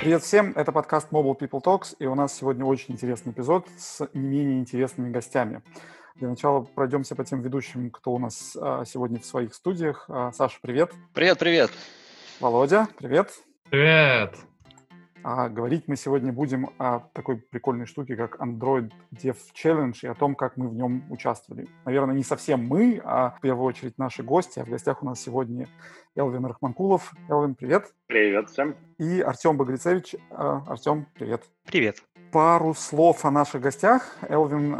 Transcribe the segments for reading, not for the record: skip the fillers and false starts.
Привет всем, это подкаст Mobile People Talks, и у нас сегодня очень интересный эпизод с не менее интересными гостями. Для начала пройдемся по тем ведущим, кто у нас сегодня в своих студиях. Саша, привет. Привет. Володя, привет. Привет. Говорить мы сегодня будем о такой прикольной штуке, как Android Dev Challenge, и о том, как мы в нем участвовали. Наверное, не совсем мы, а в первую очередь наши гости. А в гостях у нас сегодня Элвин Рахманкулов. Элвин, привет. Привет всем. И Артем Багрицевич. Артем, привет. Привет. Пару слов о наших гостях. Элвин,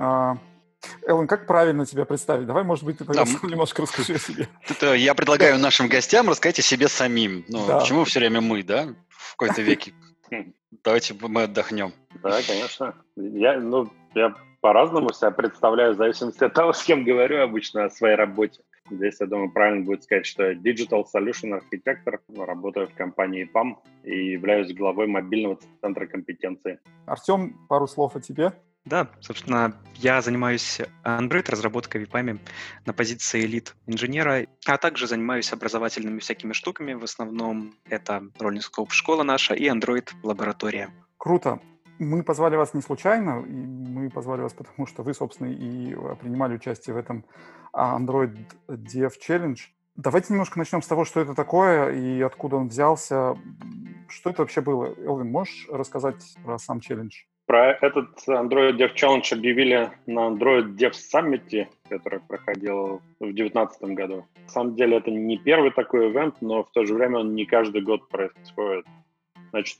как правильно тебя представить? Давай, может быть, ты тогда немножко расскажи о себе. Я предлагаю нашим гостям рассказать о себе самим. Да. Почему все время мы, да? В какой-то веке. Давайте мы отдохнем. Да, конечно. Я по-разному себя представляю, в зависимости от того, с кем говорю обычно о своей работе. Здесь, я думаю, правильно будет сказать, что я Digital Solution Architector, работаю в компании PAM и являюсь главой мобильного центра компетенции. Артем, пару слов о тебе. Да, собственно, я занимаюсь Android-разработкой в EPAM на позиции лид-инженера, а также занимаюсь образовательными всякими штуками. В основном это Rolling Scope школа наша и Android-лаборатория. Круто. Мы позвали вас не случайно, и мы позвали вас потому, что вы, собственно, и принимали участие в этом Android Dev Challenge. Давайте немножко начнем с того, что это такое и откуда он взялся. Что это вообще было? Элвин, можешь рассказать про сам челлендж? Про этот Android Dev Challenge объявили на Android Dev Summit, который проходил в 2019 году. На самом деле это не первый такой ивент, но в то же время он не каждый год происходит. Значит,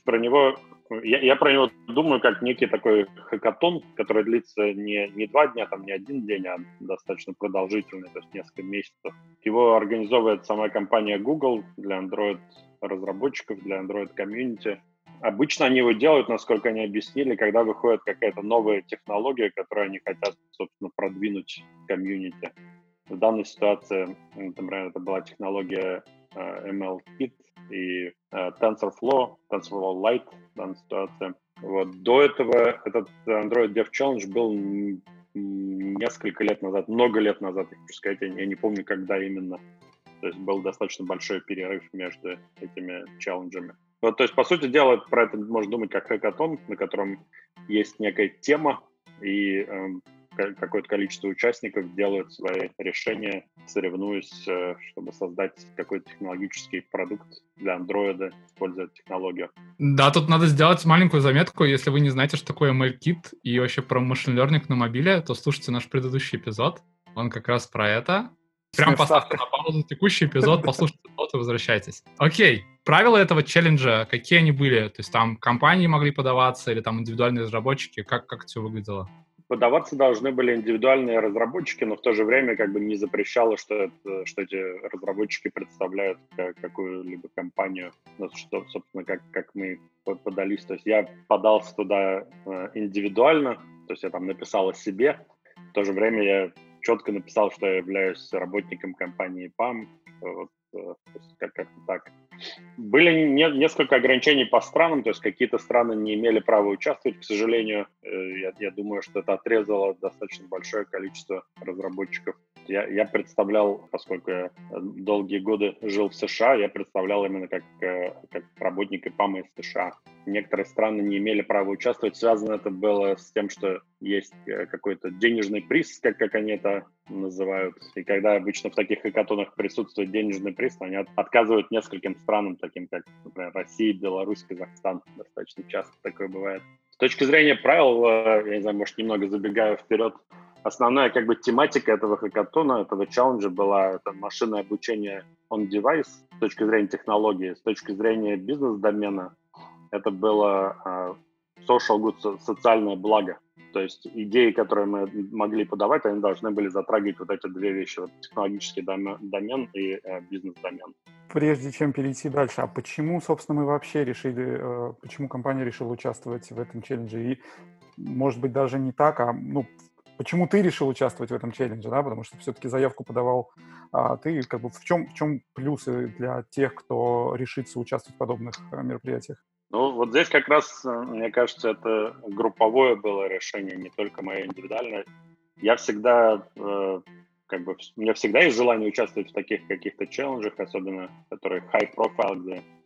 я про него думаю как некий такой хакатон, который длится не 2 дня, не 1 день, а достаточно продолжительный, то есть несколько месяцев. Его организовывает сама компания Google для Android-разработчиков, для Android-комьюнити. Обычно они его делают, насколько они объяснили, когда выходит какая-то новая технология, которую они хотят, собственно, продвинуть в комьюнити. В данной ситуации, например, это была технология ML-Kit и TensorFlow Lite в данной ситуации. До этого этот Android Dev Challenge был несколько лет назад, много лет назад, я хочу сказать, я не помню, когда именно. То есть был достаточно большой перерыв между этими челленджами. То есть, по сути дела, про это можно думать как хакатон, на котором есть некая тема, и какое-то количество участников делают свои решения, соревнуясь, чтобы создать какой-то технологический продукт для Android, используя технологию. Да, тут надо сделать маленькую заметку. Если вы не знаете, что такое ML-Kit и вообще про machine learning на мобиле, то слушайте наш предыдущий эпизод. Он как раз про это. Прям поставьте на паузу текущий эпизод, послушайте тот и возвращайтесь. Окей. Правила этого челленджа, какие они были? То есть там компании могли подаваться или там индивидуальные разработчики? Как это все выглядело? Подаваться должны были индивидуальные разработчики, но в то же время не запрещало, что эти разработчики представляют какую-либо компанию. Собственно, как мы подались. То есть я подался туда индивидуально, то есть я там написал о себе. В то же время я четко написал, что я являюсь работником компании PAM. Как-то так. Были несколько ограничений по странам, то есть какие-то страны не имели права участвовать, к сожалению. Я думаю, что это отрезало достаточно большое количество разработчиков. Я представлял, поскольку я долгие годы жил в США, я представлял именно как работник ИПАМа из США. Некоторые страны не имели права участвовать. Связано это было с тем, что есть какой-то денежный приз, как они это называют. И когда обычно в таких хакатонах присутствует денежный приз, они отказывают нескольким странам, таким как, например, Россия, Беларусь, Казахстан. Достаточно часто такое бывает. С точки зрения правил, я не знаю, может, немного забегаю вперед, основная тематика этого хакатона, этого челленджа была это машинное обучение on-device с точки зрения технологии, с точки зрения бизнес-домена. Это было social good, социальное благо. То есть идеи, которые мы могли подавать, они должны были затрагивать эти две вещи, технологический домен и бизнес-домен. Прежде чем перейти дальше, а почему, собственно, мы вообще решили, почему компания решила участвовать в этом челлендже? И, может быть, даже не так, почему ты решил участвовать в этом челлендже, да? Потому что все-таки заявку подавал ты. В чем плюсы для тех, кто решится участвовать в подобных мероприятиях? Здесь как раз, мне кажется, это групповое было решение, не только мое индивидуальное. Я всегда, у меня всегда есть желание участвовать в таких каких-то челленджах, особенно которые high profile, где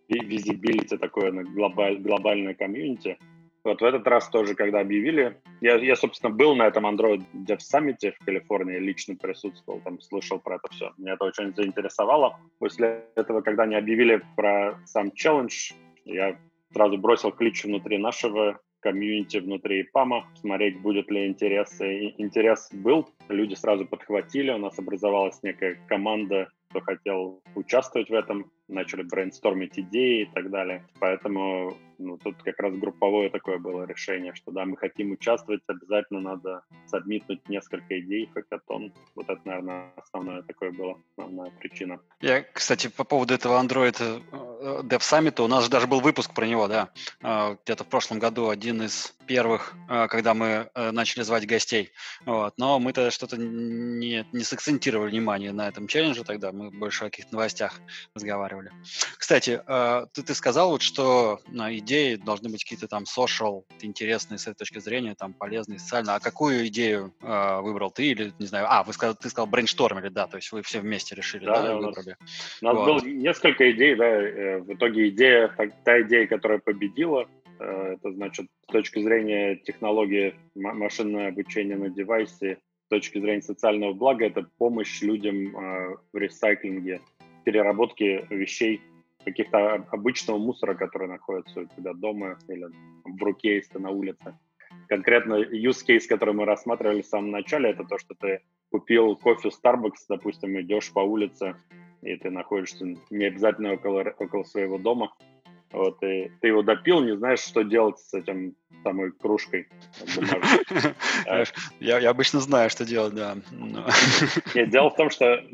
визибилити такое на глобальное комьюнити. Вот в этот раз тоже, когда объявили, я, собственно, был на этом Android Dev Summit в Калифорнии, лично присутствовал, там слышал про это все. Меня это очень заинтересовало. После этого, когда они объявили про сам челлендж, я сразу бросил клич внутри нашего комьюнити, внутри ПАМа, смотреть, будет ли интерес. И интерес был, люди сразу подхватили, у нас образовалась некая команда, кто хотел участвовать в этом, начали брейнстормить идеи и так далее. Поэтому тут как раз групповое такое было решение, что да, мы хотим участвовать, обязательно надо сабмитнуть несколько идей в хакатон. Вот это, наверное, основная причина. Я, кстати, по поводу этого Android Dev Summit, у нас же даже был выпуск про него, да, где-то в прошлом году, один из первых, когда мы начали звать гостей. Вот. Но мы тогда что-то не сакцентировали внимание на этом челлендже тогда, мы больше о каких-то новостях разговаривали. Кстати, ты сказал, вот, что идеи должны быть какие-то там social, интересные с этой точки зрения, там полезные, социально. А какую идею выбрал ты или, не знаю, ты сказал брейнштормили, да, то есть вы все вместе решили, да, и выбрали. У нас было несколько идей, да, в итоге та идея, которая победила, это значит, с точки зрения технологии машинное обучение на девайсе, с точки зрения социального блага, это помощь людям в ресайклинге, переработке вещей, каких-то обычного мусора, который находится у тебя дома или в руке, если ты на улице. Конкретно use case, который мы рассматривали в самом начале, это то, что ты купил кофе в Starbucks, допустим, идешь по улице, и ты находишься не обязательно около своего дома. Вот, и ты его допил, не знаешь, что делать с этим самой кружкой бумажной. Я обычно знаю, что делать, да. Нет, дело в том,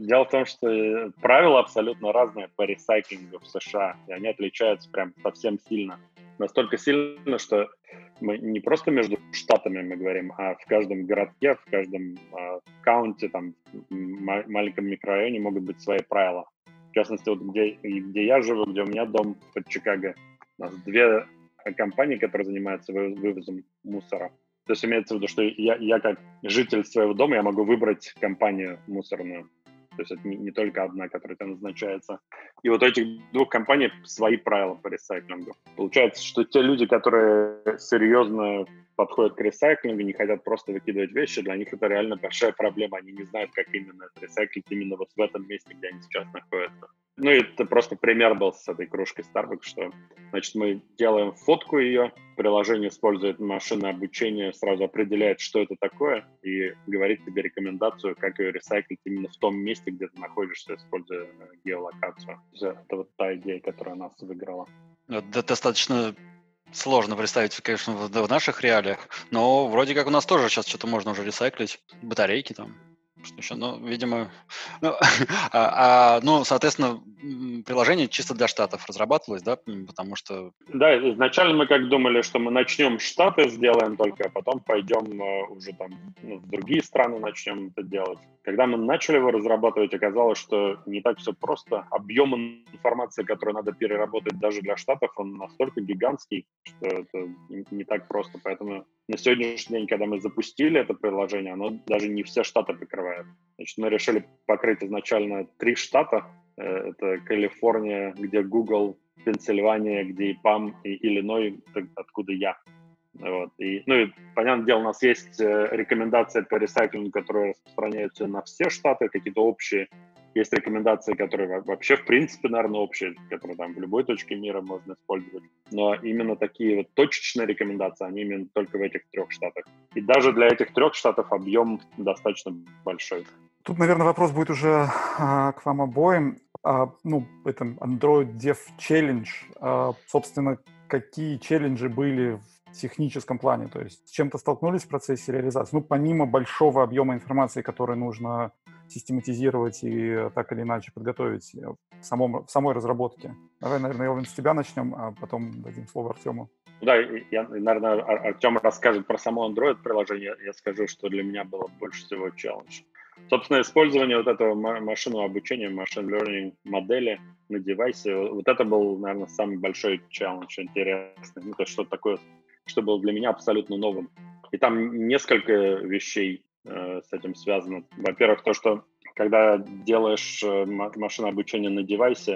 что правила абсолютно разные по ресайклингу в США, и они отличаются прям совсем сильно. Настолько сильно, что мы не просто между штатами мы говорим, а в каждом городке, в каждом каунте, там, маленьком микрорайоне могут быть свои правила. В частности, вот где я живу, где у меня дом под Чикаго, у нас 2 компании, которые занимаются вывозом мусора. То есть имеется в виду, что я как житель своего дома, я могу выбрать компанию мусорную. То есть это не только одна, которая там назначается. И вот у этих 2 компаний свои правила по ресайклингу. Получается, что те люди, которые серьезно подходят к ресайклингу, не хотят просто выкидывать вещи, для них это реально большая проблема. Они не знают, как именно это ресайклить именно вот в этом месте, где они сейчас находятся. Ну и это просто пример был с этой кружкой Starbucks, что, значит, мы делаем фотку ее, приложение использует машинное обучение, сразу определяет, что это такое, и говорит тебе рекомендацию, как ее ресайклить именно в том месте, где ты находишься, используя геолокацию. Это вот та идея, которая нас выиграла. Это достаточно сложно представить, конечно, в наших реалиях, но вроде как у нас тоже сейчас что-то можно уже ресайклить, батарейки там. Что еще? Ну, видимо... соответственно, приложение чисто для Штатов разрабатывалось, да? Потому что... Да, изначально мы как думали, что мы начнем Штаты сделаем только, а потом пойдем уже там в другие страны начнем это делать. Когда мы начали его разрабатывать, оказалось, что не так все просто. Объем информации, которую надо переработать даже для Штатов, он настолько гигантский, что это не так просто. Поэтому на сегодняшний день, когда мы запустили это приложение, оно даже не все штаты покрывает. Значит, мы решили покрыть изначально 3 штата. Это Калифорния, где Google, Пенсильвания, где ИПАМ, и Иллиной, откуда я. Вот. И понятное дело, у нас есть рекомендации по ресайклингу, которые распространяются на все штаты, какие-то общие. Есть рекомендации, которые вообще, в принципе, наверное, общие, которые там в любой точке мира можно использовать. Но именно такие вот точечные рекомендации, они именно только в этих 3 штатах. И даже для этих 3 штатов объем достаточно большой. Тут, наверное, вопрос будет уже к вам обоим. Это Android Dev Challenge. Собственно, какие челленджи были в техническом плане? То есть с чем-то столкнулись в процессе реализации? Помимо большого объема информации, который нужно систематизировать и так или иначе подготовить в самой разработке. Давай, наверное, Элвин, с тебя начнем, а потом дадим слово Артему. Да, наверное, Артем расскажет про само Android-приложение. Я скажу, что для меня было больше всего челлендж. Собственно, использование вот этого машинного обучения, machine learning модели на девайсе, вот это был, наверное, самый большой челлендж, интересный. То есть что-то такое, что было для меня абсолютно новым. И там несколько вещей с этим связано. Во-первых, то, что когда делаешь машинное обучение на девайсе,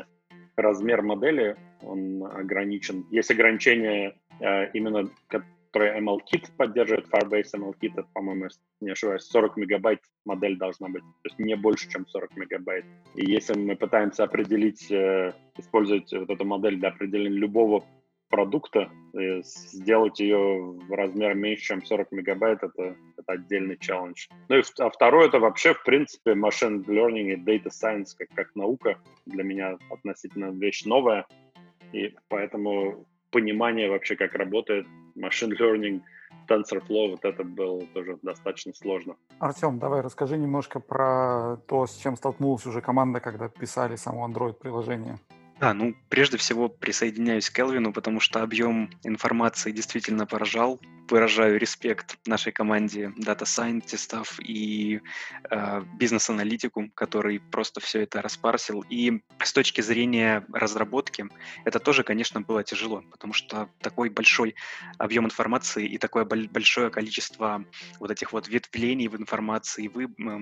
размер модели, он ограничен. Есть ограничения именно, которые MLKit поддерживает, Firebase MLKit, это, по-моему, если не ошибаюсь, 40 мегабайт модель должна быть, то есть не больше, чем 40 мегабайт. И если мы пытаемся определить, использовать вот эту модель для определения любого продукта, сделать ее в размер меньше, чем 40 мегабайт, это отдельный челлендж. Ну и второе, это вообще, в принципе, machine learning и data science как наука для меня относительно вещь новая, и поэтому понимание вообще, как работает machine learning, TensorFlow, вот это было тоже достаточно сложно. Артем, давай расскажи немножко про то, с чем столкнулась уже команда, когда писали само Android-приложение. Ну, прежде всего присоединяюсь к Элвину, потому что объем информации действительно поражал. Выражаю респект нашей команде дата-сайентистов и бизнес-аналитику, который просто все это распарсил. И с точки зрения разработки, это тоже, конечно, было тяжело, потому что такой большой объем информации и такое большое количество вот этих вот ветвлений в информации,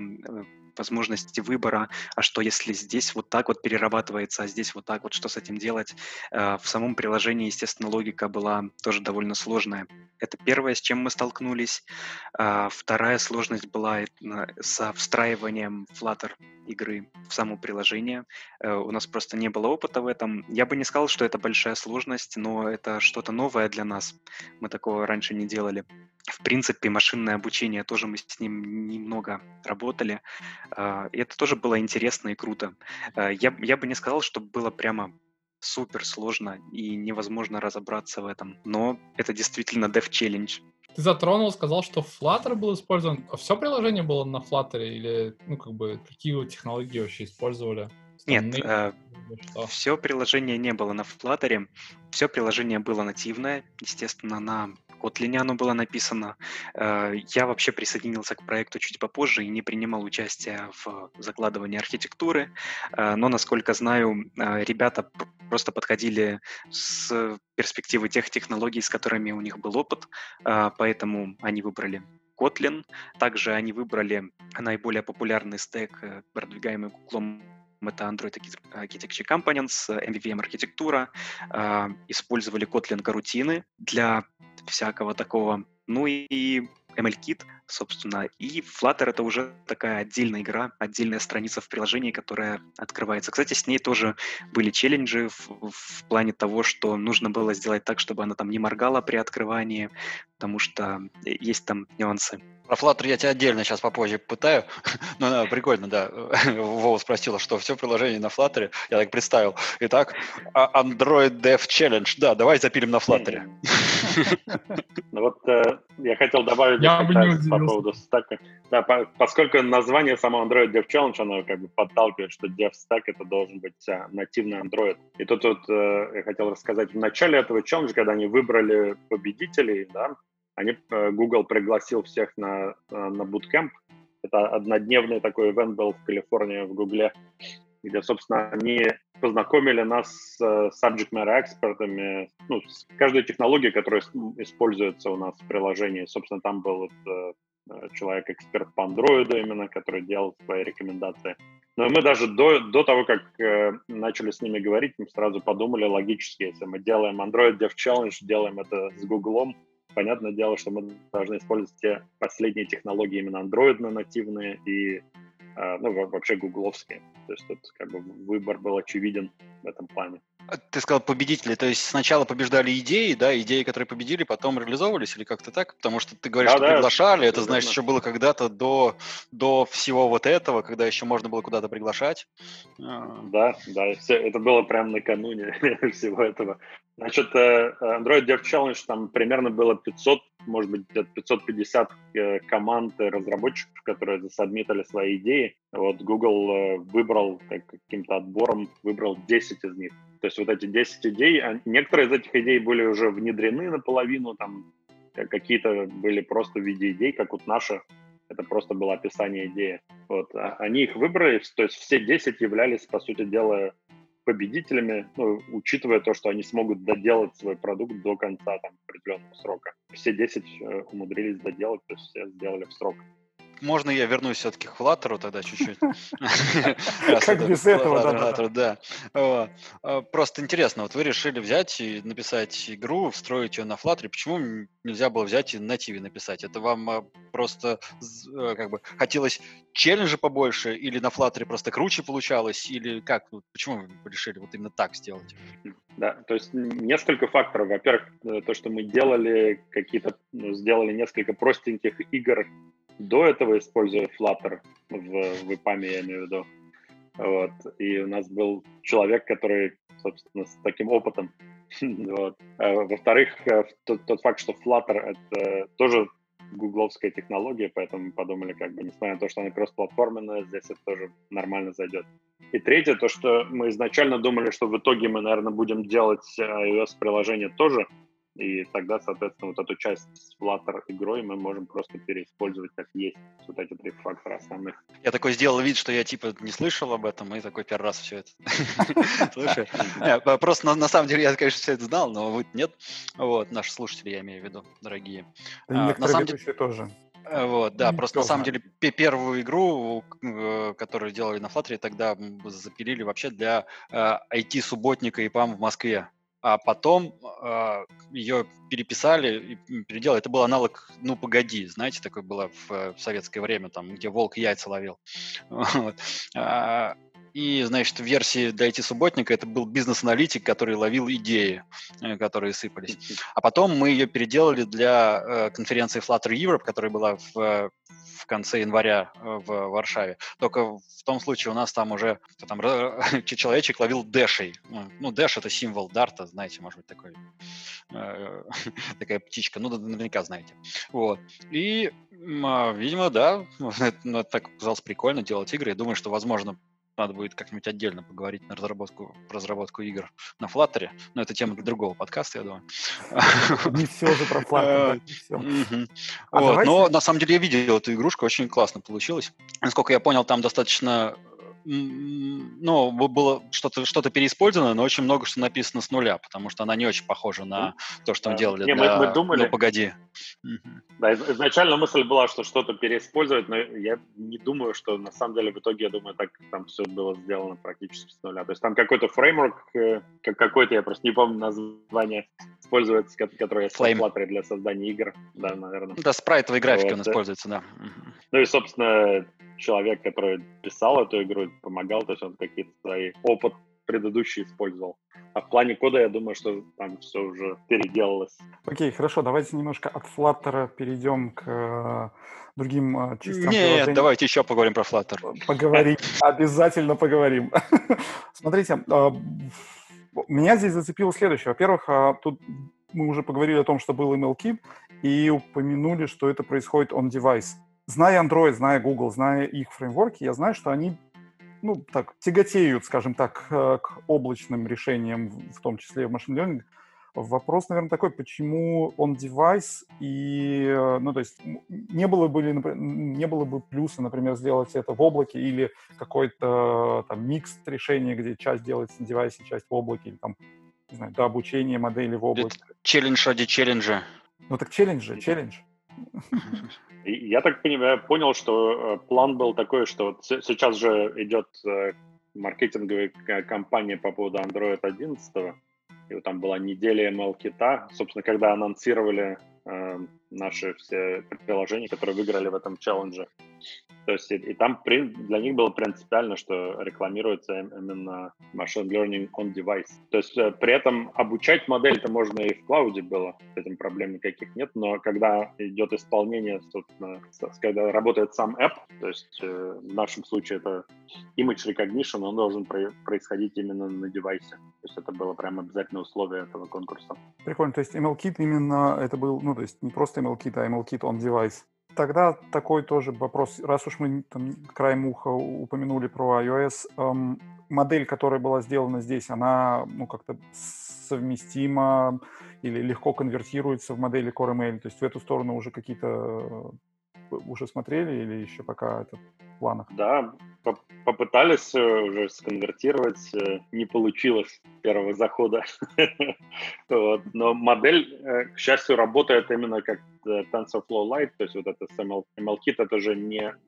возможности выбора, а что если здесь вот так вот перерабатывается, а здесь вот так вот, что с этим делать? В самом приложении, естественно, логика была тоже довольно сложная. Это первое, с чем мы столкнулись. Вторая сложность была со встраиванием Flutter игры в само приложение. У нас просто не было опыта в этом. Я бы не сказал, что это большая сложность, но это что-то новое для нас. Мы такого раньше не делали. В принципе, машинное обучение тоже мы с ним немного работали. И это тоже было интересно и круто. Я бы не сказал, что было прямо супер сложно и невозможно разобраться в этом, но это действительно Dev Challenge. Ты затронул, сказал, что Flutter был использован. А все приложение было на Flutter или, какие технологии вообще использовали? Нет, все приложение не было на Flutter, все приложение было нативное, естественно, на Kotlin оно было написано. Я вообще присоединился к проекту чуть попозже и не принимал участия в закладывании архитектуры, но, насколько знаю, ребята просто подходили с перспективы тех технологий, с которыми у них был опыт, поэтому они выбрали Kotlin. Также они выбрали наиболее популярный стек, продвигаемый Google. Это Android Architecture Components, MVVM архитектура, использовали Kotlin карутины для всякого такого. Ну и MLKit, собственно. И Flutter — это уже такая отдельная игра, отдельная страница в приложении, которая открывается. Кстати, с ней тоже были челленджи в плане того, что нужно было сделать так, чтобы она там не моргала при открывании, потому что есть там нюансы. Про Flutter я тебя отдельно сейчас попозже пытаю. Ну, прикольно, да. Вова спросила, что все приложение на Flutter. Я так представил. Итак, Android Dev Challenge. Да, давай запилим на Flutter. Ну вот я хотел добавить по поводу стека. Да, поскольку название само Android Dev Challenge, оно как бы подталкивает, что Dev Stack это должен быть нативный Android. И тут я хотел рассказать, в начале этого челленджа, когда они выбрали победителей, да, Google пригласил всех на Bootcamp. Это однодневный такой ивент был в Калифорнии, в Гугле, где, собственно, они познакомили нас с subject matter экспертами, с каждой технологией, которая используется у нас в приложении. Собственно, там был человек-эксперт по Android именно, который делал свои рекомендации. Но мы даже до того, как начали с ними говорить, мы сразу подумали логически, если мы делаем Android Dev Challenge, делаем это с Гуглом, понятное дело, что мы должны использовать те последние технологии именно андроидно-нативные и вообще гугловские. То есть тут как бы выбор был очевиден в этом плане. Ты сказал победители, то есть сначала побеждали идеи, да, идеи, которые победили, потом реализовывались или как-то так? Потому что ты говоришь, что приглашали, это значит, еще было когда-то до всего вот этого, когда еще можно было куда-то приглашать. Да, это было прямо накануне всего этого. Значит, Android Dev Challenge, там примерно было 500, может быть, где-то 550 команд разработчиков, которые засабмитили свои идеи. Вот Google выбрал каким-то отбором, выбрал 10 из них. То есть вот эти 10 идей, некоторые из этих идей были уже внедрены наполовину, там какие-то были просто в виде идей, как вот наша, это просто было описание идеи. Вот. Они их выбрали, то есть все 10 являлись, по сути дела, победителями, учитывая то, что они смогут доделать свой продукт до конца определенного срока. Все 10 умудрились доделать, то есть все сделали в срок. можно я вернусь все-таки к Flutter тогда чуть-чуть? Как без этого, да-да-да. Да. Вот. Просто интересно, вот вы решили взять и написать игру, встроить ее на Flutter. Почему нельзя было взять и на Native написать? Это вам просто как бы хотелось челленджа побольше, или на Flutter просто круче получалось, или как? Почему вы решили вот именно так сделать? Да, то есть несколько факторов. Во-первых, то, что мы сделали несколько простеньких игр до этого, используя Flutter в EPAM, я имею в виду. Вот. И у нас был человек, который, собственно, с таким опытом. Вот. Во-вторых, тот факт, что Flutter — это тоже гугловская технология, поэтому мы подумали, как бы, несмотря на то, что она кроссплатформенная, здесь это тоже нормально зайдет. И третье, то, что мы изначально думали, что в итоге мы, наверное, будем делать iOS-приложение тоже, и тогда, соответственно, вот эту часть с Flutter игрой мы можем просто переиспользовать как есть. Вот эти 3 фактора основных. Я такой сделал вид, что я типа не слышал об этом, и такой первый раз все это слушаю. Просто на самом деле я, конечно, все это знал, но вы нет. Вот, наши слушатели, я имею в виду, дорогие. Да и некоторые ведущие тоже. Вот, да, просто на самом знает. деле первую игру, которую делали на Flutter, тогда запилили вообще для IT-субботника EPAM в Москве. А потом ее переписали и переделали. Это был аналог «Ну, погоди», знаете, такое было в советское время, там, где волк яйца ловил. Вот. И, значит, в версии для IT-субботника это был бизнес-аналитик, который ловил идеи, которые сыпались. А потом мы ее переделали для конференции Flutter Europe, которая была в конце января в Варшаве. Только в том случае у нас там уже там, человечек ловил дэшей. Ну, дэш — это символ дарта, знаете, может быть, такой, такая птичка. Ну, наверняка знаете. Вот. И, видимо, да, так казалось прикольно делать игры. Я думаю, что, возможно, надо будет как-нибудь отдельно поговорить про разработку игр на Flutter. Но это тема для другого подкаста, я думаю. Не все же про Flutter, не все. Вот. Но на самом деле я видел эту игрушку, очень классно получилось. Насколько я понял, там достаточно... Ну, было что-то переиспользовано, но очень много что написано с нуля, потому что она не очень похожа на то, что мы делали мы думали... «Ну, погоди». Да, изначально мысль была, что что-то переиспользовать, но я не думаю, что на самом деле в итоге, я думаю, так там все было сделано практически с нуля. То есть там какой-то фреймворк, какой-то, я просто не помню название, используется, который есть в Flutter для создания игр. Да, наверное. Да, спрайтовой графикой он используется, да. Ну и, собственно, человек, который писал эту игру, помогал, то есть он какие-то свои опыт предыдущий использовал. А в плане кода, я думаю, что там все уже переделалось. Окей, хорошо, давайте немножко от Flutter перейдем к другим частям приложения. Нет, давайте еще поговорим про Flutter. Поговорим, обязательно поговорим. Смотрите, меня здесь зацепило следующее. Во-первых, тут мы уже поговорили о том, что был MLKit, и упомянули, что это происходит on-device. Зная Android, зная Google, зная их фреймворки, я знаю, что они тяготеют, скажем так, к облачным решениям, в том числе в машин learning. Вопрос, наверное, такой, почему on-device и, то есть не было бы плюса, например, сделать это в облаке или какой-то там микс решения, где часть делается на девайсе, часть в облаке, или там, не знаю, до обучения модели в облаке. Челлендж ради челленджа. Ну так челлендж. Я так понял, что план был такой, что сейчас же идет маркетинговая кампания по поводу Android 11, и вот там была неделя ML-кита, собственно, когда анонсировали наши все приложения, которые выиграли в этом челлендже. То есть и там для них было принципиально, что рекламируется именно machine learning on device. То есть при этом обучать модель-то можно и в клауде было, с этим проблем никаких нет, но когда идет исполнение, собственно, когда работает сам app, то есть в нашем случае это image recognition, он должен происходить именно на девайсе. То есть это было прям обязательное условие этого конкурса. Прикольно, то есть ML-Kit именно это был, то есть не просто ML-Kit, а ML-Kit on device. Тогда такой тоже вопрос, раз уж мы там краем уха упомянули про iOS, модель, которая была сделана здесь, она как-то совместима или легко конвертируется в модели Core ML, то есть в эту сторону уже какие-то уже смотрели или еще пока это в планах? Да, попытались уже сконвертировать, не получилось с первого захода. Вот. Но модель, к счастью, работает именно как TensorFlow Lite, то есть вот это MLKit, это же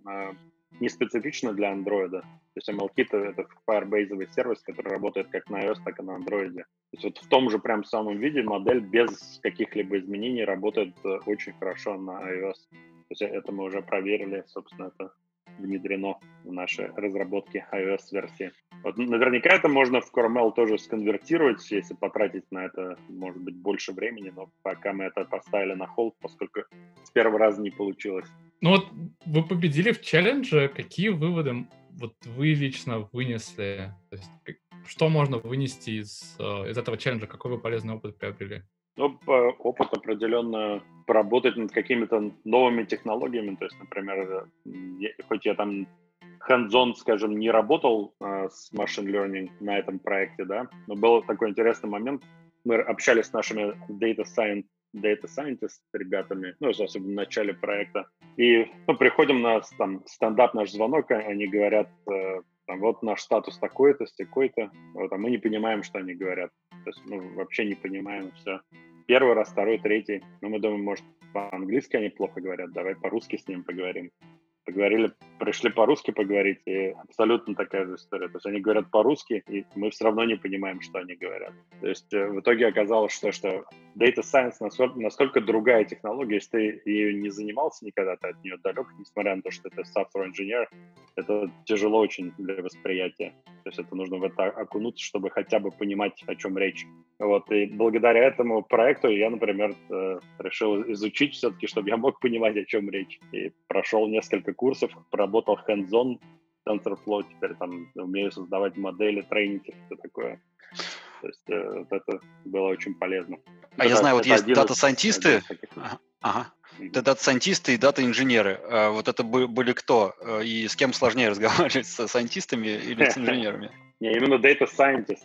не специфично для Android. То есть MLKit — это Firebase сервис, который работает как на iOS, так и на Android. То есть вот в том же прям самом виде модель без каких-либо изменений работает очень хорошо на iOS. То есть это мы уже проверили, собственно, это внедрено в наши разработки iOS-версии. Вот наверняка это можно в CoreML тоже сконвертировать, если потратить на это, может быть, больше времени, но пока мы это поставили на холд, поскольку с первого раза не получилось. Ну вот вы победили в челлендже. Какие выводы вот вы лично вынесли? То есть, что можно вынести из этого челленджа? Какой вы полезный опыт приобрели? Ну, опыт определенно поработать над какими-то новыми технологиями. То есть, например, хоть я там hands-on, скажем, не работал с machine learning на этом проекте, да, но был такой интересный момент. Мы общались с нашими data scientist ребятами, ну, особенно в начале проекта. И приходим на там, стандарт наш звонок, они говорят, там, вот наш статус такой-то, стекой-то, вот, а мы не понимаем, что они говорят. То есть, вообще не понимаем все. Первый раз, второй, третий. Но мы думаем, может, по-английски они плохо говорят, давай по-русски с ним поговорим. Поговорили, пришли по-русски поговорить, и абсолютно такая же история. То есть они говорят по-русски, и мы все равно не понимаем, что они говорят. То есть в итоге оказалось, что Data Science настолько другая технология, если ты ею не занимался никогда, ты от нее далек, несмотря на то, что это software engineer, это тяжело очень для восприятия. То есть это нужно в это окунуться, чтобы хотя бы понимать, о чем речь. Вот, и благодаря этому проекту я, например, решил изучить все-таки, чтобы я мог понимать, о чем речь. И прошел несколько курсов, поработал hands-on TensorFlow, теперь там умею создавать модели, тренинги, все такое. То есть вот это было очень полезно. А я знаю, вот есть дата-сайентисты, дата-сайентисты и дата-инженеры. Вот это были кто? И с кем сложнее разговаривать, с сайентистами или с инженерами? Не, именно data scientist,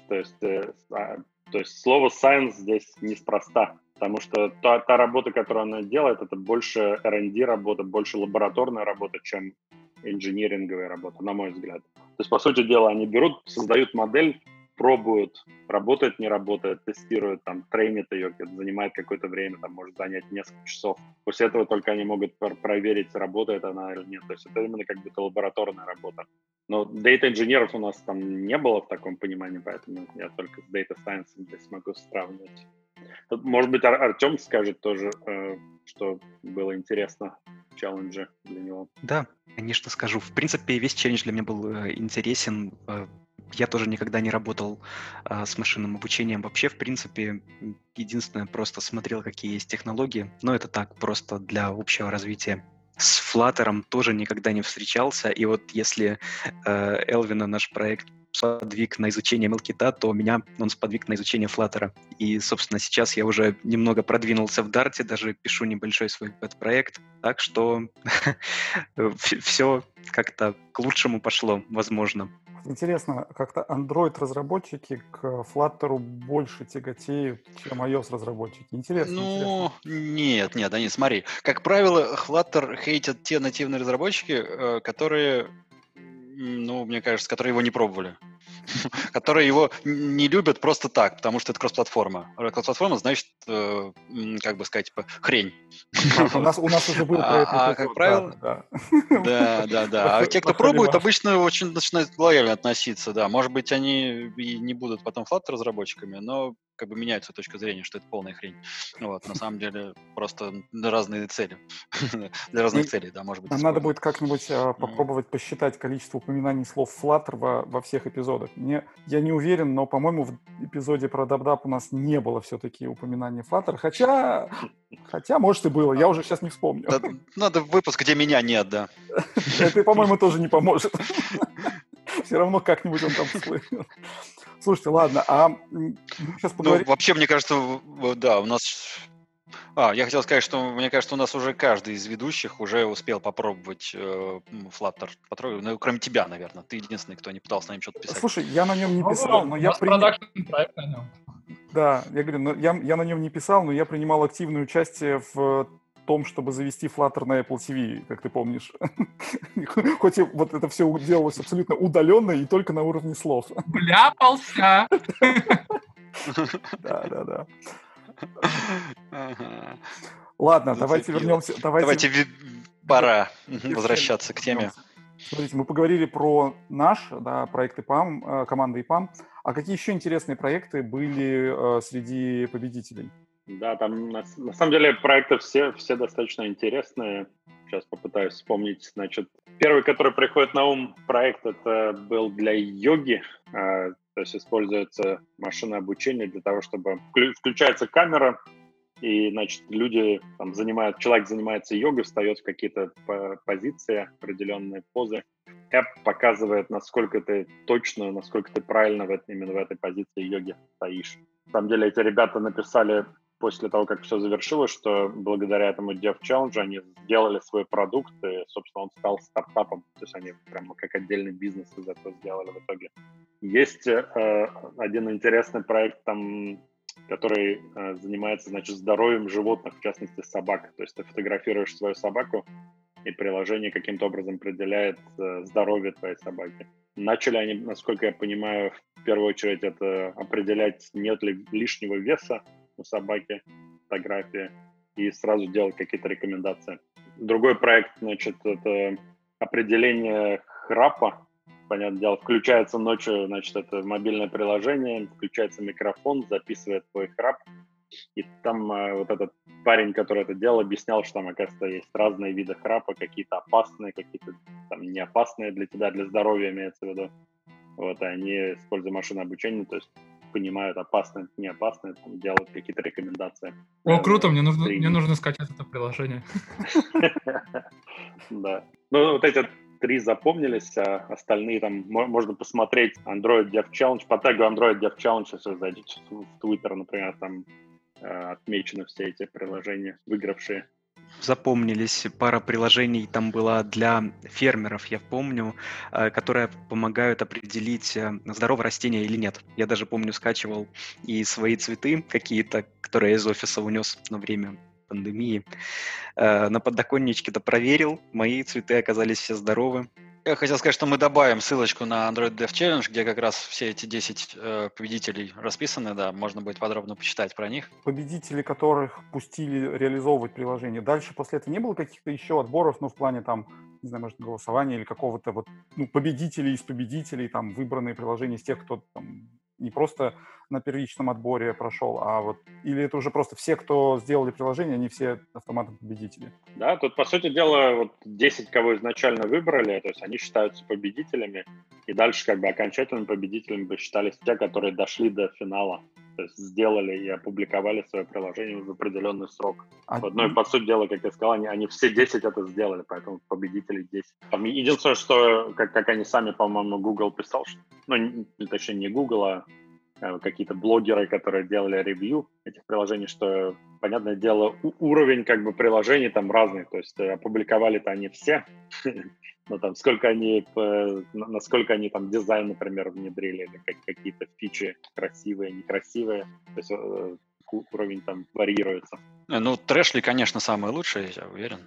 то есть слово science здесь неспроста, потому что та работа, которую она делает, это больше R&D работа, больше лабораторная работа, чем инжиниринговая работа, на мой взгляд. То есть, по сути дела, они берут, создают модель, пробуют, работает, не работает, тестируют, там, тренят ее, это занимает какое-то время, там, может занять несколько часов. После этого только они могут проверить, работает она или нет. То есть это именно как будто лабораторная работа. Но дата-инженеров у нас там не было в таком понимании, поэтому я только с data science здесь могу сравнивать. Тут, может быть, Артем скажет тоже, что было интересно в челлендже для него. Да, конечно, скажу. В принципе, весь челлендж для меня был интересен. Я тоже никогда не работал с машинным обучением. Вообще, в принципе, единственное, просто смотрел, какие есть технологии. Но это так, просто для общего развития. С Flutter тоже никогда не встречался. И вот если Элвина наш проект сподвиг на изучение MLKit, то меня он сподвиг на изучение Flutter. И, собственно, сейчас я уже немного продвинулся в Dart, даже пишу небольшой свой пэт-проект. Так что все как-то к лучшему пошло, возможно. Интересно, как-то Android-разработчики к Flutter больше тяготеют, чем iOS-разработчики. Интересно. Ну, нет, Данис, смотри. Как правило, Flutter хейтят те нативные разработчики, которые, мне кажется, которые его не пробовали. Которые его не любят просто так, потому что это кросс-платформа. Кросс-платформа значит, как бы сказать, хрень. У нас уже был про это. Как правило, да. А те, кто пробует, обычно очень начинают лояльно относиться, да. Может быть, они и не будут потом Flutter-разработчиками, но как бы меняют свою точку зрения, что это полная хрень. Вот, на самом деле, просто для разные цели. Для разных целей, да, может быть. Нам надо будет как-нибудь попробовать посчитать количество упоминаний слов Flutter во всех эпизодах. Я не уверен, но, по-моему, в эпизоде про DubDub у нас не было все-таки упоминаний Flutter, хотя, может, и было, я уже сейчас не вспомню. Надо выпуск, где меня нет, да. Это, по-моему, тоже не поможет. Все равно как-нибудь он там всплывет. Слушайте, ладно, сейчас поговорим... вообще, мне кажется, да, у нас... я хотел сказать, что, мне кажется, у нас уже каждый из ведущих уже успел попробовать Flutter, кроме тебя, наверное. Ты единственный, кто не пытался на нем что-то писать. Слушай, я на нем не писал, но я проект на нем. Да, я говорю, я на нем не писал, но я принимал активное участие в том, чтобы завести Flutter на Apple TV, как ты помнишь. Хоть и вот это все делалось абсолютно удаленно и только на уровне слов. Вляпался! Да. Ладно, давайте вернемся. Давайте пора возвращаться к теме. Смотрите, мы поговорили про наш, да, проект EPAM, команда EPAM. А какие еще интересные проекты были среди победителей? Да, там на самом деле проекты все достаточно интересные. Сейчас попытаюсь вспомнить. Значит, первый, который приходит на ум, проект, это был для йоги. То есть используется машинное обучение для того, чтобы включается камера, и, значит, человек занимается йогой, встает в какие-то позиции, определенные позы. App показывает, насколько ты точно, насколько ты правильно именно в этой позиции йоги стоишь. На самом деле эти ребята написали после того, как все завершилось, что благодаря этому Dev Challenge они сделали свой продукт, и, собственно, он стал стартапом. То есть они прямо как отдельный бизнес из этого сделали в итоге. Есть один интересный проект там, который занимается, значит, здоровьем животных, в частности, собак. То есть ты фотографируешь свою собаку, и приложение каким-то образом определяет здоровье твоей собаки. Начали они, насколько я понимаю, в первую очередь это определять, нет ли лишнего веса у собаки, фотографии, и сразу делать какие-то рекомендации. Другой проект, значит, это определение храпа. Понятное дело, включается ночью, значит, это мобильное приложение, включается микрофон, записывает твой храп. И там вот этот парень, который это делал, объяснял, что там, оказывается, есть разные виды храпа, какие-то опасные, какие-то там не опасные для тебя, для здоровья имеется в виду. Вот, и они, используя машинное обучение, то есть понимают, опасные, не опасные, там, делают какие-то рекомендации. О, круто, мне нужно скачать это приложение. Да. Ну, вот эти 3 запомнились, а остальные там можно посмотреть Android Dev Challenge, по тегу Android Dev Challenge, если вы зайдете в Twitter, например, там отмечены все эти приложения, выигравшие. Запомнились пара приложений, там была для фермеров, я помню, которые помогают определить, здорово растение или нет. Я даже помню, скачивал и свои цветы какие-то, которые я из офиса унес на время пандемии. На подоконничке-то проверил, мои цветы оказались все здоровы. Я хотел сказать, что мы добавим ссылочку на Android Dev Challenge, где как раз все эти 10 победителей расписаны, да, можно будет подробно почитать про них. Победители, которых пустили реализовывать приложение. Дальше после этого не было каких-то еще отборов, ну, в плане там, не знаю, может, голосования или какого-то вот, ну, победителей из победителей, там, выбранные приложения из тех, кто там не просто на первичном отборе прошел, а вот, или это уже просто все, кто сделали приложение, они все автоматом победители? Да, тут, по сути дела, вот 10, кого изначально выбрали, то есть они считаются победителями, и дальше как бы окончательными победителями бы считались те, которые дошли до финала, то есть сделали и опубликовали свое приложение в определенный срок. Ну и, по сути дела, как я сказал, они все 10 это сделали, поэтому победителей 10. Там единственное, что, как они сами, по-моему, Google писал, что, ну, точнее, не Google, а какие-то блогеры, которые делали ревью этих приложений, что, понятное дело, уровень как бы приложений там разный, то есть опубликовали-то они все, но там насколько они там дизайн, например, внедрили, или какие-то фичи красивые, некрасивые, то есть уровень там вариируется. Ну, Трэшли, конечно, самый лучший, я уверен.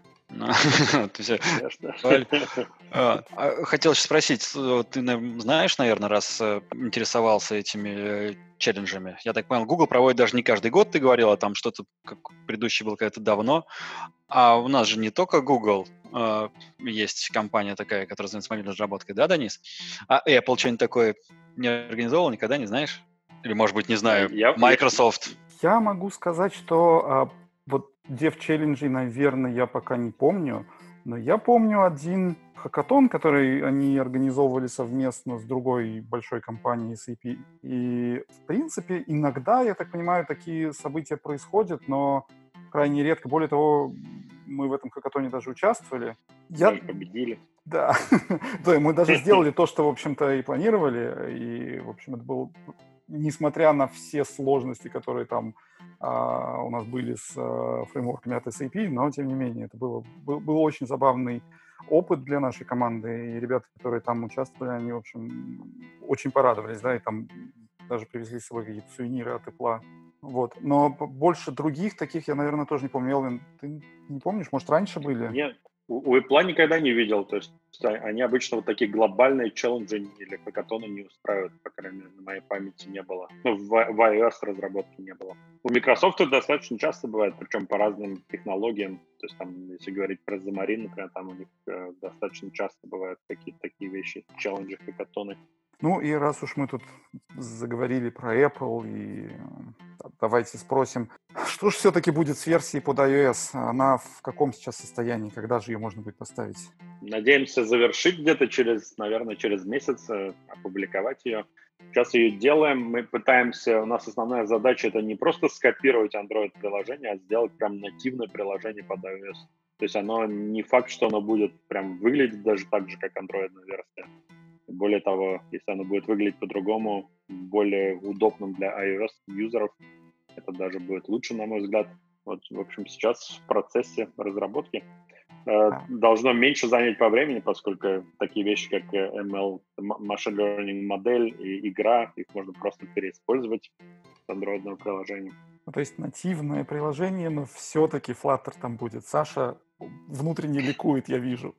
Хотел еще спросить, ты знаешь, наверное, раз интересовался этими челленджами, я так понял, Google проводит даже не каждый год, ты говорила, там что-то, как предыдущий был когда-то давно, а у нас же не только Google, есть компания такая, которая занимается мобильной разработкой, да, Денис? А Apple что-нибудь такое не организовал, никогда не знаешь? Или, может быть, не знаю, Microsoft? Я могу сказать, что вот Dev Challenge, наверное, я пока не помню, но я помню один хакатон, который они организовывали совместно с другой большой компанией SAP. И, в принципе, иногда, я так понимаю, такие события происходят, но крайне редко. Более того, мы в этом хакатоне даже участвовали. Даже победили. Да. Да, мы даже сделали то, что, в общем-то, и планировали. И, в общем, это было, несмотря на все сложности, которые там у нас были с фреймворками от SAP, но, тем не менее, это был очень забавный опыт для нашей команды, и ребята, которые там участвовали, они, в общем, очень порадовались, да, и там даже привезли с собой какие-то сувениры от Apple. Вот. Но больше других таких я, наверное, тоже не помню. Элвин, ты не помнишь? Может, раньше были? Нет, у Apple никогда не видел. То есть они обычно вот такие глобальные челленджи или хакатоны не устраивают, по крайней мере, на моей памяти не было. Ну, в iOS разработке не было. У Microsoft это достаточно часто бывает, причем по разным технологиям. То есть там, если говорить про Xamarin, например, там у них достаточно часто бывают какие-то такие вещи, челленджи, хакатоны. Ну и раз уж мы тут заговорили про Apple, и давайте спросим, что же все-таки будет с версией под iOS? Она в каком сейчас состоянии? Когда же ее можно будет поставить? Надеемся завершить где-то наверное, через месяц, опубликовать ее. Сейчас ее делаем, мы пытаемся, у нас основная задача это не просто скопировать Android-приложение, а сделать прям нативное приложение под iOS. То есть оно не факт, что оно будет прям выглядеть даже так же, как Android-ная версия. Более того, если оно будет выглядеть по-другому, более удобным для iOS-юзеров, это даже будет лучше, на мой взгляд. Вот, в общем, сейчас в процессе разработки. Должно меньше занять по времени, поскольку такие вещи, как ML, Machine Learning модель и игра, их можно просто переиспользовать с андроидного приложения. Ну, то есть нативное приложение, но все-таки Flutter там будет. Саша внутренне ликует, я вижу.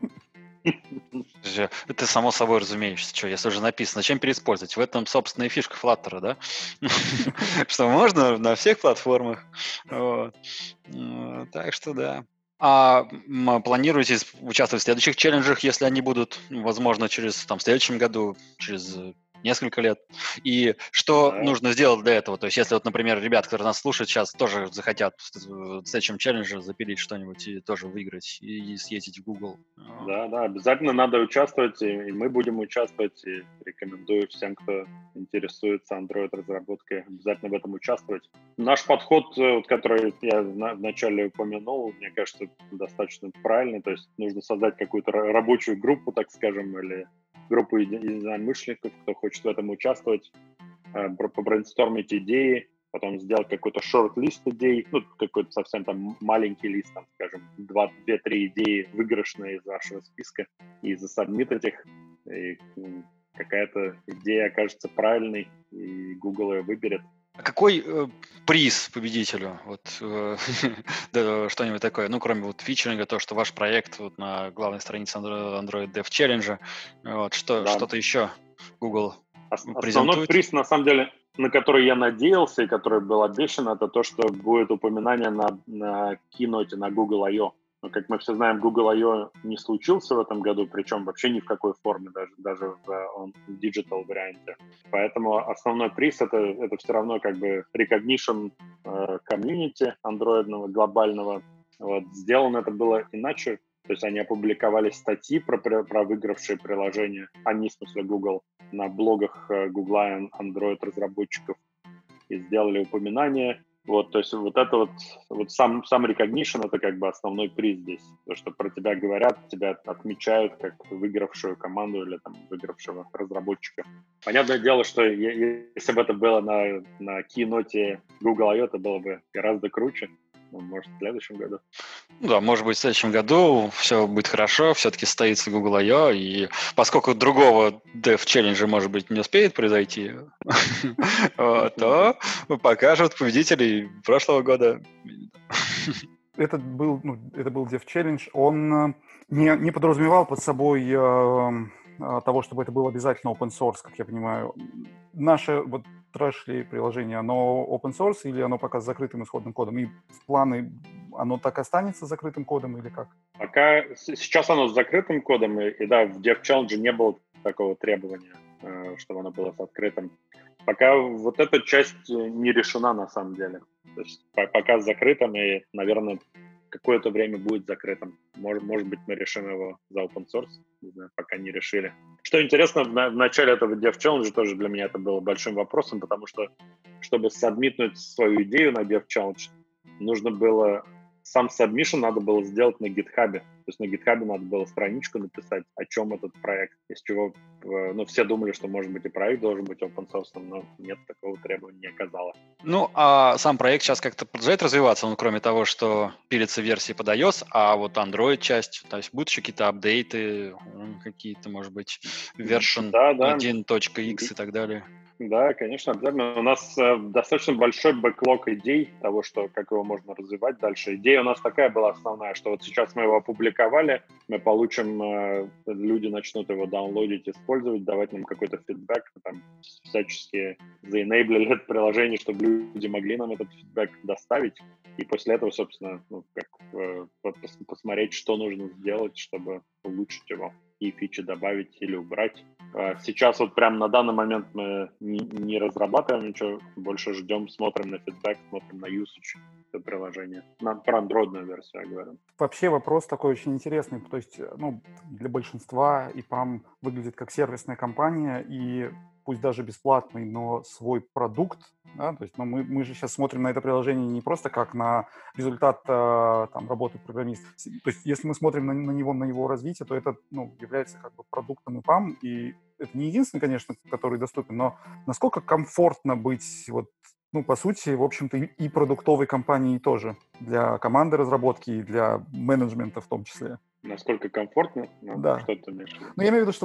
Это само собой разумеется. Что, если уже написано, зачем переиспользовать? В этом, собственно, и фишка Flutter, да? Что можно на всех платформах. Так что да. А планируете участвовать в следующих челленджах, если они будут, возможно, в следующем году, через несколько лет? И что нужно сделать для этого? То есть, если вот, например, ребят, которые нас слушают, сейчас тоже захотят в следующем челлендже запилить что-нибудь и тоже выиграть, и съездить в Google. Да, обязательно надо участвовать, и мы будем участвовать, и рекомендую всем, кто интересуется Android-разработкой, обязательно в этом участвовать. Наш подход, который я вначале упомянул, мне кажется, достаточно правильный, то есть нужно создать какую-то рабочую группу, так скажем, или группу единомышленников, кто хочет в этом участвовать, побрейнстормить идеи, потом сделать какой-то шорт-лист идей, какой-то совсем там маленький лист, там, скажем, 2-3 идеи выигрышные из вашего списка, и засабмитить их, и какая-то идея окажется правильной, и Google ее выберет. А какой приз победителю? Вот что-нибудь такое, кроме вот фичеринга, то, что ваш проект вот на главной странице Android Dev Challenge, вот, что-то еще Google презентует? Основной приз, на самом деле, на который я надеялся и который был обещан, это то, что будет упоминание на Keynote, на Google I.O. Но, как мы все знаем, Google I.O. не случился в этом году, причем вообще ни в какой форме, даже в digital варианте. Поэтому основной приз это все равно как бы recognition комьюнити андроидного, глобального. Вот. Сделано это было иначе. То есть они опубликовали статьи про выигравшие приложения, они, в смысле Google, на блогах Google и Android-разработчиков и сделали упоминание. Вот, то есть вот это вот сам recognition, это как бы основной приз здесь. То, что про тебя говорят, тебя отмечают как выигравшую команду или там выигравшего разработчика. Понятное дело, что если бы это было на Keynote Google I.O., это было бы гораздо круче. Может, в следующем году. Да, может быть, в следующем году все будет хорошо, все-таки состоится Google I.O., и поскольку другого Dev-челленджа, может быть, не успеет произойти, то покажут победителей прошлого года. Это был Dev-челлендж, он не подразумевал под собой того, чтобы это был обязательно open source, как я понимаю. Наше вот Trashly приложение, оно open source или оно пока с закрытым исходным кодом? И в планы оно так останется с закрытым кодом или как? Пока сейчас оно с закрытым кодом, и да, в Dev Challenge не было такого требования, чтобы оно было с открытым. Пока вот эта часть не решена на самом деле. То есть пока с закрытым, и, наверное, какое-то время будет закрытым. Может быть, мы решим его за open source, не знаю, пока не решили. Что интересно, в начале этого Dev Challenge тоже для меня это было большим вопросом, потому что, чтобы сабмитнуть свою идею на Dev Challenge, нужно было сам submission надо было сделать на GitHub. То есть на GitHub надо было страничку написать, о чем этот проект, из чего, все думали, что, может быть, и проект должен быть open source, но нет, такого требования не оказалось. А сам проект сейчас как-то продолжает развиваться, кроме того, что пилится версии под iOS, а вот Android часть, то есть будут еще какие-то апдейты, какие-то, может быть, version 1.x и так далее? Да, конечно, обязательно. У нас достаточно большой бэклог идей того, что как его можно развивать дальше. Идея у нас такая была основная, что вот сейчас мы его опубликовали, мы получим, люди начнут его даунлодить, использовать, давать нам какой-то фидбэк, там всячески заэнейблили это приложение, чтобы люди могли нам этот фидбэк доставить. И после этого, собственно, посмотреть, что нужно сделать, чтобы улучшить его, и фичи добавить или убрать. Сейчас вот прямо на данный момент мы не разрабатываем ничего, больше ждем, смотрим на фидбэк, смотрим на usage этого приложения. Про андроидную версию я говорю. Вообще вопрос такой очень интересный. То есть, для большинства EPAM выглядит как сервисная компания, и пусть даже бесплатный, но свой продукт. Да? То есть, мы же сейчас смотрим на это приложение не просто как на результат работы программиста. То есть, если мы смотрим на его развитие, то это является как бы продуктом EPAM, и это не единственный, конечно, который доступен, но насколько комфортно быть по сути, в общем-то, и продуктовой компанией тоже, для команды разработки и для менеджмента в том числе. Насколько комфортно? Да. Что ты имеешь в виду? Я имею в виду,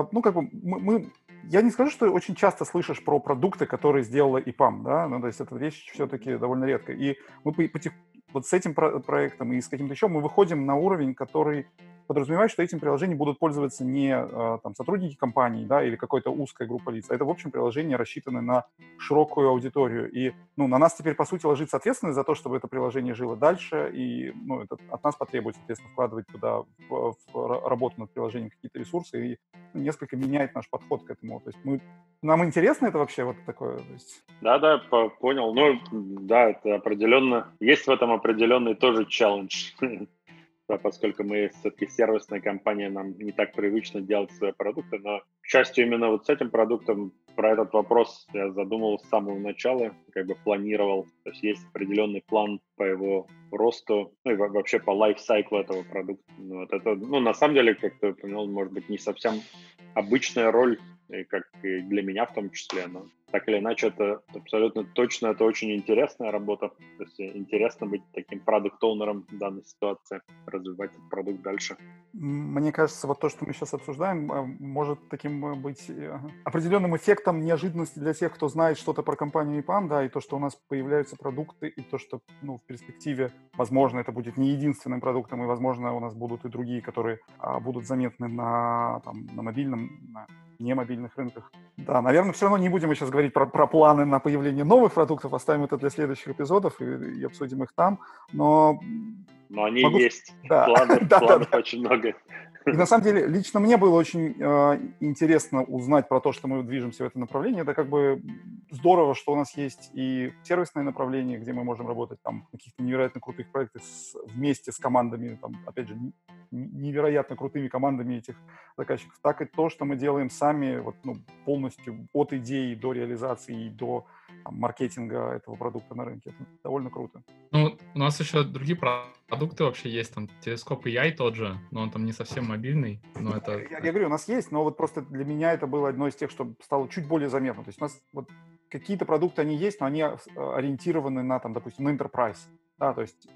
что я не скажу, что очень часто слышишь про продукты, которые сделала EPAM, да, то есть эта вещь все-таки довольно редко. И мы вот с этим проектом и с каким-то еще мы выходим на уровень, который подразумевает, что этим приложением будут пользоваться не сотрудники компании, да, или какой-то узкая группа лиц, а это, в общем, приложение рассчитано на широкую аудиторию. И, на нас теперь, по сути, ложится ответственность за то, чтобы это приложение жило дальше, и, это от нас потребуется, соответственно, вкладывать туда в работу над приложением какие-то ресурсы, и несколько меняет наш подход к этому. То есть нам интересно это вообще вот такое? То есть... Да, понял. Да, это определенно, есть в этом определенный тоже челлендж. Да, поскольку мы все-таки сервисная компания, нам не так привычно делать свои продукты, но, к счастью, именно вот с этим продуктом про этот вопрос я задумывался с самого начала, как бы планировал. То есть есть определенный план по его росту, и вообще по лайфсайклу этого продукта. Это, на самом деле, как ты понял, может быть, не совсем обычная роль, и как и для меня в том числе, но так или иначе, это абсолютно точно, это очень интересная работа. То есть интересно быть таким продукт-оунером в данной ситуации, развивать этот продукт дальше. Мне кажется, вот то, что мы сейчас обсуждаем, может таким быть определенным эффектом неожиданности для тех, кто знает что-то про компанию EPAM, да, и то, что у нас появляются продукты, и то, что, в перспективе, возможно, это будет не единственным продуктом, и, возможно, у нас будут и другие, которые будут заметны на мобильном, на немобильных рынках. Да, наверное, все равно не будем мы сейчас говорить про планы на появление новых продуктов, оставим это для следующих эпизодов и обсудим их там, но они есть, да. планов очень много. И на самом деле, лично мне было очень интересно узнать про то, что мы движемся в это направление. Это как бы здорово, что у нас есть и сервисное направление, где мы можем работать там в каких-то невероятно крутых проектах вместе с командами, опять же, невероятно крутыми командами этих заказчиков, так и то, что мы делаем сами полностью от идеи до реализации и до маркетинга этого продукта на рынке. Это довольно круто. У нас еще другие продукты вообще есть, там телескоп AI тот же, но он там не совсем мобильный, но это... Я говорю, у нас есть, но вот просто для меня это было одно из тех, что стало чуть более заметно. То есть у нас какие-то продукты, они есть, но они ориентированы на, допустим, на enterprise. Да, то есть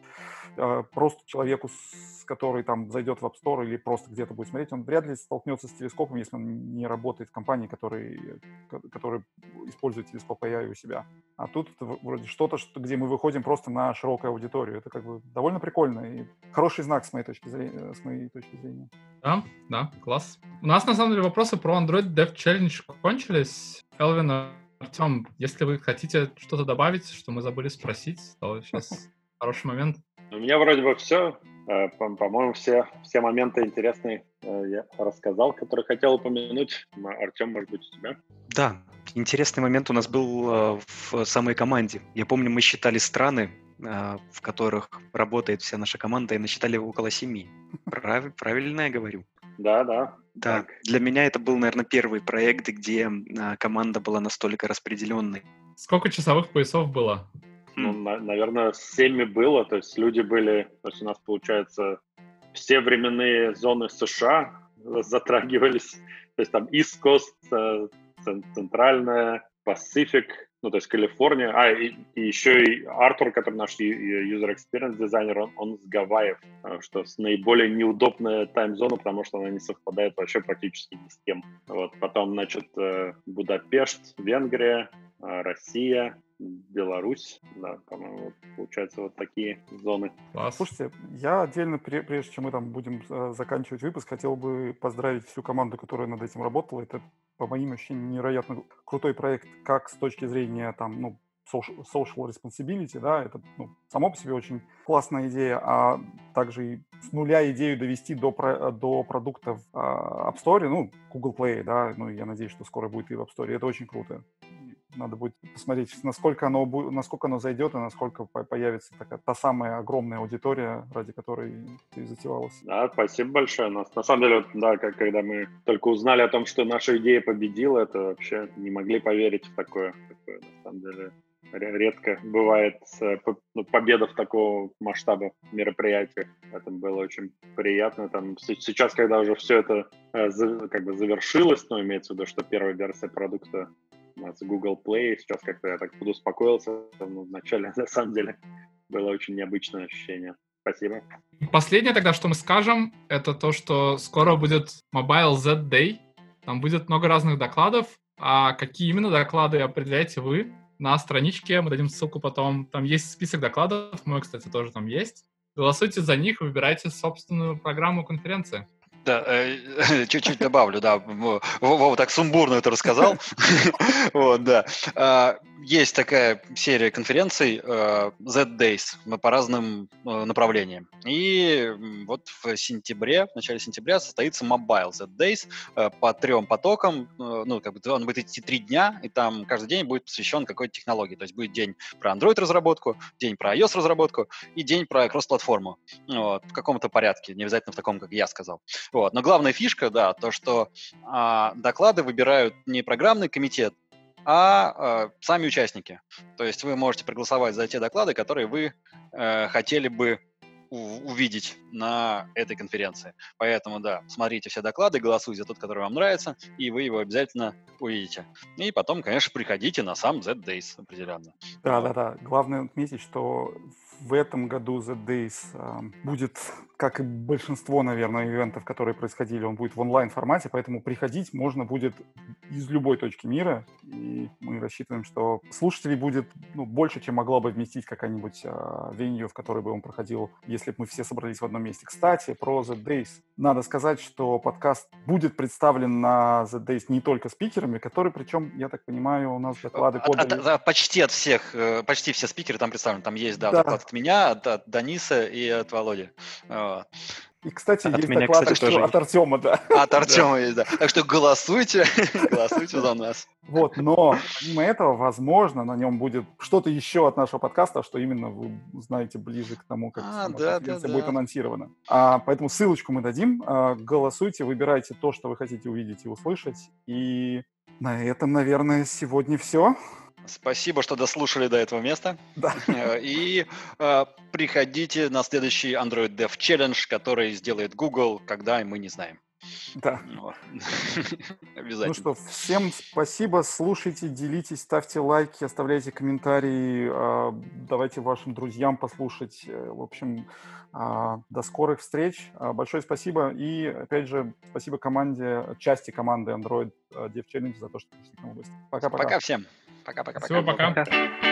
просто человеку, который там зайдет в App Store или просто где-то будет смотреть, он вряд ли столкнется с телескопом, если он не работает в компании, которая использует телескоп AI у себя. А тут вроде что-то, где мы выходим просто на широкую аудиторию. Это как бы довольно прикольно и хороший знак с моей точки зрения. Да, класс. У нас на самом деле вопросы про Android Dev Challenge кончились. Элвин, Артем, если вы хотите что-то добавить, что мы забыли спросить, то сейчас хороший момент. У меня вроде бы все. По-моему, все моменты интересные я рассказал, которые хотел упомянуть. Артем, может быть, у тебя? Да, интересный момент у нас был в самой команде. Я помню, мы считали страны, в которых работает вся наша команда, и насчитали около 7. Правильно я говорю? Да. Да, для меня это был, наверное, первый проект, где команда была настолько распределенной. Сколько часовых поясов было? Наверное, 7 было, то есть люди были, то есть у нас, получается, все временные зоны США затрагивались, то есть там East Coast, центральная, Pacific, ну, то есть Калифорния, и еще и Артур, который наш user experience дизайнер, он с Гавайев, что с наиболее неудобная тайм-зона, потому что она не совпадает вообще практически ни с кем. Вот, потом, значит, Будапешт, Венгрия, Россия, Беларусь, да, по-моему, получается вот такие зоны. Класс. Слушайте, я отдельно, прежде чем мы там будем заканчивать выпуск, хотел бы поздравить всю команду, которая над этим работала. Это, по моим ощущениям, невероятно крутой проект, как с точки зрения там, ну, social responsibility, да, это само по себе очень классная идея, а также и с нуля идею довести до продуктов App Store, ну, Google Play, да, ну, я надеюсь, что скоро будет и в App Store, это очень круто. Надо будет посмотреть, насколько оно зайдет и насколько появится та самая огромная аудитория, ради которой ты затевалась. Да, спасибо большое. На самом деле, да, когда мы только узнали о том, что наша идея победила, это вообще не могли поверить в такое на самом деле, редко бывает победа в такого масштаба мероприятия. Это было очень приятно. Там, сейчас, когда уже все это как бы завершилось, но имеется в виду, что первая версия продукта у нас Google Play, сейчас как-то я так подуспокоился, вначале, на самом деле, было очень необычное ощущение. Спасибо. Последнее тогда, что мы скажем, это то, что скоро будет Mobile Z Day. Там будет много разных докладов. А какие именно доклады определяете вы на страничке? Мы дадим ссылку потом. Там есть список докладов. Мой, кстати, тоже там есть. Голосуйте за них, выбирайте собственную программу конференции. Да, чуть-чуть добавлю, да. Вова так сумбурно это рассказал. Вот, да. Есть такая серия конференций Z-Days по разным направлениям. И вот в начале сентября состоится Mobile Z-Days по 3 потокам. Ну, как бы он будет идти 3 дня, и там каждый день будет посвящен какой-то технологии. То есть будет день про Android-разработку, день про iOS-разработку и день про кросс-платформу. Вот, в каком-то порядке, не обязательно в таком, как я сказал. Вот. Но главная фишка, да, то, что доклады выбирают не программный комитет, а сами участники. То есть вы можете проголосовать за те доклады, которые вы хотели бы увидеть на этой конференции. Поэтому, да, смотрите все доклады, голосуйте за тот, который вам нравится, и вы его обязательно увидите. И потом, конечно, приходите на сам Z-Days определенно. Да. Главное отметить, что в этом году Z-Days будет, как и большинство, наверное, ивентов, которые происходили, он будет в онлайн-формате, поэтому приходить можно будет из любой точки мира, и мы рассчитываем, что слушателей будет больше, чем могла бы вместить какая-нибудь венью, в которой бы он проходил, если бы мы все собрались в одном месте. Кстати, про Z-Days. Надо сказать, что подкаст будет представлен на Z-Days не только спикерами, которые, причем, я так понимаю, у нас доклады подали... Почти все спикеры там представлены. Там есть, доклад от меня, от Дениса и от Володи. И, кстати, от есть меня, доклад кстати, еще от Артема, да. От Артема есть, да. Так что голосуйте за нас. Вот, но помимо этого, возможно, на нем будет что-то еще от нашего подкаста, что именно вы узнаете ближе к тому, как сама конференция будет анонсирована. Поэтому ссылочку мы дадим. Голосуйте, выбирайте то, что вы хотите увидеть и услышать. И на этом, наверное, сегодня все. Спасибо, что дослушали до этого места. Да. И приходите на следующий Android Dev Challenge, который сделает Google, когда мы не знаем. Да. Обязательно. Ну что, всем спасибо, слушайте, делитесь, ставьте лайки, оставляйте комментарии, давайте вашим друзьям послушать. В общем, до скорых встреч. Большое спасибо. И, опять же, спасибо части команды Android Dev Challenge за то, что пришли к нам в гости. Пока-пока. Пока всем. Пока-пока. Всего пока.